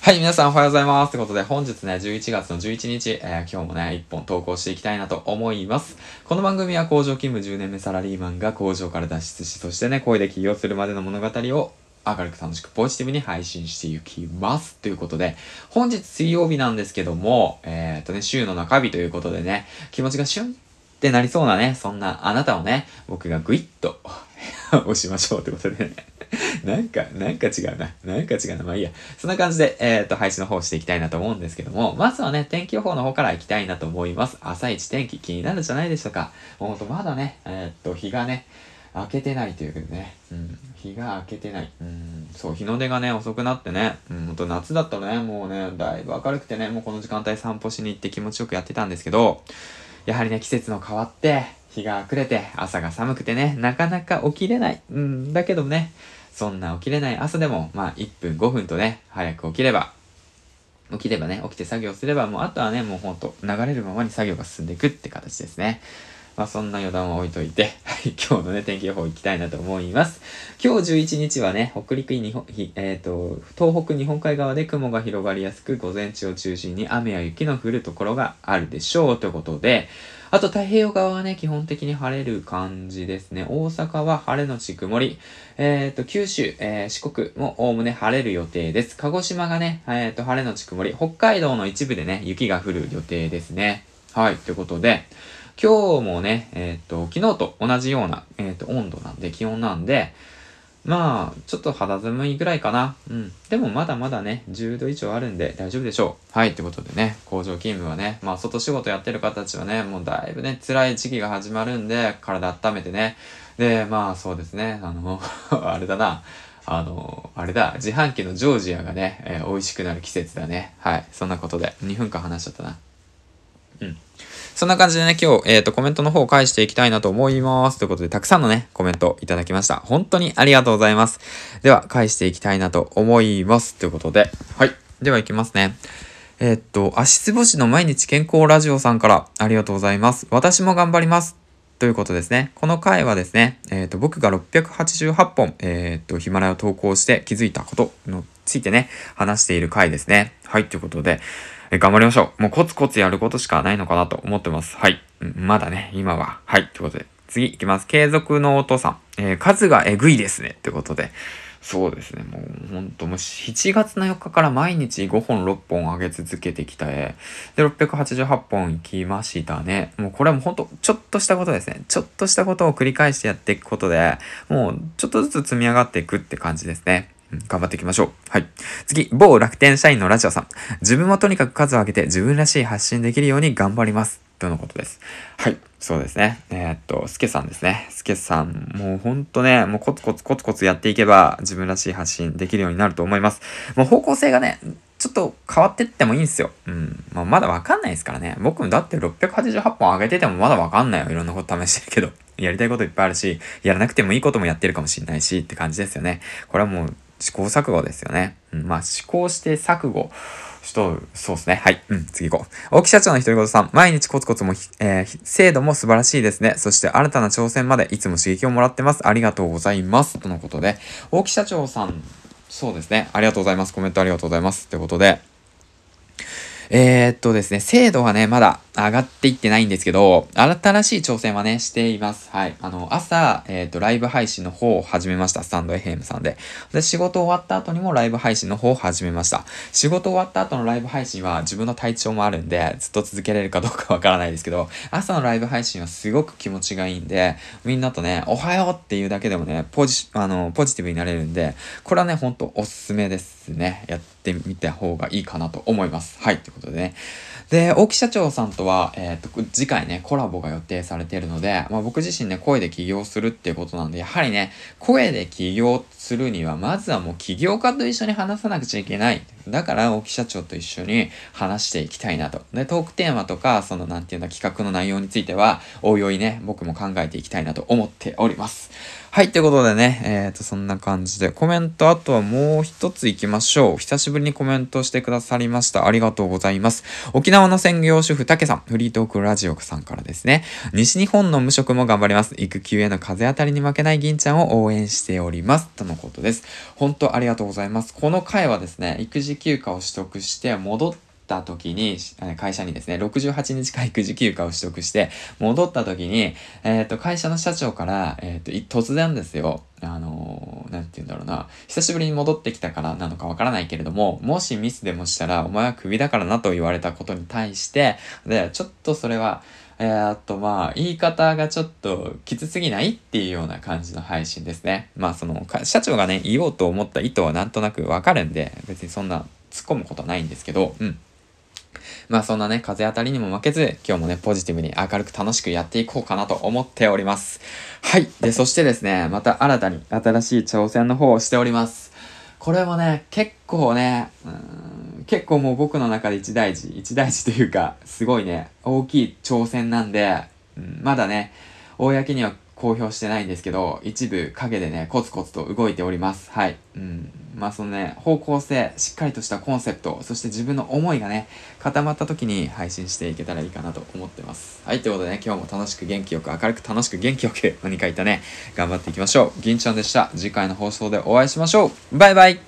はい、皆さんおはようございます。ということで、本日ね、11月の11日、今日もね、一本投稿していきたいなと思います。この番組は工場勤務10年目サラリーマンが工場から脱出し、そしてね、声で起業するまでの物語を明るく楽しくポジティブに配信していきます。ということで、本日水曜日なんですけども、週の中日ということでね、気持ちがシュンってなりそうなね、そんなあなたをね、僕がグイッと押しましょうということでね。なんか違うな。まあいいや。そんな感じで、配信の方していきたいなと思うんですけども、まずはね、天気予報の方から行きたいなと思います。朝一天気気になるじゃないでしょうか。ほんとまだね、日がね、明けてないということでね。日が明けてない。そう、日の出がね、遅くなってね。ほんと夏だったらね、もうね、だいぶ明るくてね、もうこの時間帯散歩しに行って気持ちよくやってたんですけど、やはりね、季節の変わって、日が暮れて、朝が寒くてね、なかなか起きれない。だけどね、そんな起きれない朝でも、まあ1分5分とね、早く起きればね、起きて作業すれば、もうあとはね、もうほんと流れるままに作業が進んでいくって形ですね。まあそんな余談は置いといて、はい、今日のね、天気予報行きたいなと思います。今日11日はね、東北日本海側で雲が広がりやすく、午前中を中心に雨や雪の降るところがあるでしょうということで、あと太平洋側はね、基本的に晴れる感じですね。大阪は晴れのち曇り。九州、四国もおおむね晴れる予定です。鹿児島がね、晴れのち曇り。北海道の一部でね、雪が降る予定ですね。はい、ということで、今日もね、昨日と同じような、温度なんで、気温なんで、まあ、ちょっと肌寒いぐらいかな。でもまだまだね、10度以上あるんで大丈夫でしょう。はい、ってことでね、工場勤務はね、まあ外仕事やってる方たちはね、もうだいぶね、辛い時期が始まるんで、体温めてね。で、まあそうですね、あれだな。自販機のジョージアがね、美味しくなる季節だね。はい、そんなことで、2分間話しちゃったな。そんな感じでね、今日、コメントの方を返していきたいなと思います。ということで、たくさんのね、コメントいただきました。本当にありがとうございます。では、返していきたいなと思います。ということで、はい。では、いきますね。足つぼしの毎日健康ラジオさんからありがとうございます。私も頑張ります。ということですね。この回はですね、僕が688本、ヒマラヤを投稿して気づいたことについてね、話している回ですね。はい、ということで、頑張りましょう。もうコツコツやることしかないのかなと思ってます。はい。まだね、今は。はい。ということで、次いきます。継続のお父さん。数がえぐいですね。ということで。そうですね。もう、ほんと、もう7月の4日から毎日5本、6本上げ続けてきたで、688本いきましたね。もうこれはもうほんと、ちょっとしたことですね。ちょっとしたことを繰り返してやっていくことで、もう、ちょっとずつ積み上がっていくって感じですね。頑張っていきましょう。はい。次、某楽天社員のラジオさん。自分はとにかく数を上げて自分らしい発信できるように頑張ります。とのことです。はい。そうですね。スケさんですね。スケさん、もうほんとね、もうコツコツやっていけば自分らしい発信できるようになると思います。もう方向性がね、ちょっと変わってってもいいんですよ。まあ、まだわかんないですからね。僕もだって688本上げててもまだわかんないよ。いろんなこと試してるけど。やりたいこといっぱいあるし、やらなくてもいいこともやってるかもしれないしって感じですよね。これはもう試行錯誤ですよね。まあ試行して錯誤そうですね。はい。次行こう。大木社長の独り言さん。毎日コツコツも、精度も素晴らしいですね。そして新たな挑戦までいつも刺激をもらってます。ありがとうございます。とのことで、大木社長さん、そうですね。ありがとうございます。コメントありがとうございます。ということで、ですね、精度はね、まだ上がっていってないんですけど、新しい挑戦はね、しています。はい。朝、ライブ配信の方を始めました。スタンド FM さんで。で、仕事終わった後にもライブ配信の方を始めました。仕事終わった後のライブ配信は自分の体調もあるんで、ずっと続けれるかどうかわからないですけど、朝のライブ配信はすごく気持ちがいいんで、みんなとね、おはようっていうだけでもね、ポジティブになれるんで、これはね、ほんとおすすめですね。やってみた方がいいかなと思います。はい。ということでね。で、大木社長さんとは、次回ね、コラボが予定されているので、まあ僕自身ね、声で起業するっていうことなんで、やはりね、声で起業するには、まずはもう起業家と一緒に話さなくちゃいけない。だから、大木社長と一緒に話していきたいなと。で、トークテーマとか、なんていうんだ、企画の内容については、おいおいね、僕も考えていきたいなと思っております。はい、ということでね、そんな感じで、コメント、あとはもう一つ行きましょう。久しぶりにコメントしてくださりました。ありがとうございます。沖縄の専業主婦、たけさん、フリートークラジオさんからですね。西日本の無職も頑張ります。育休への風当たりに負けない銀ちゃんを応援しております。とのことです。本当ありがとうございます。この回はですね、育児休暇を取得して戻った時に、会社にですね、68日間育児休暇を取得して戻った時に、会社の社長から、突然ですよ、なんて言うんだろうな、久しぶりに戻ってきたからなのかわからないけれども、もしミスでもしたらお前はクビだからなと言われたことに対して、で、ちょっとそれは、言い方がちょっときつすぎないっていうような感じの配信ですね。社長がね、言おうと思った意図はなんとなくわかるんで、別にそんな突っ込むことはないんですけど、そんなね、風当たりにも負けず、今日もね、ポジティブに明るく楽しくやっていこうかなと思っております。はい。で、そしてですね、また新たに新しい挑戦の方をしております。これもね、結構もう僕の中で一大事というか、すごいね、大きい挑戦なんで、まだね、公には公表してないんですけど、一部影でね、コツコツと動いております。はい。そのね、方向性、しっかりとしたコンセプト、そして自分の思いがね、固まった時に配信していけたらいいかなと思ってます。はい、ということでね、今日も楽しく元気よく、明るく楽しく元気よく、何か言ったね、頑張っていきましょう。銀ちゃんでした。次回の放送でお会いしましょう。バイバイ。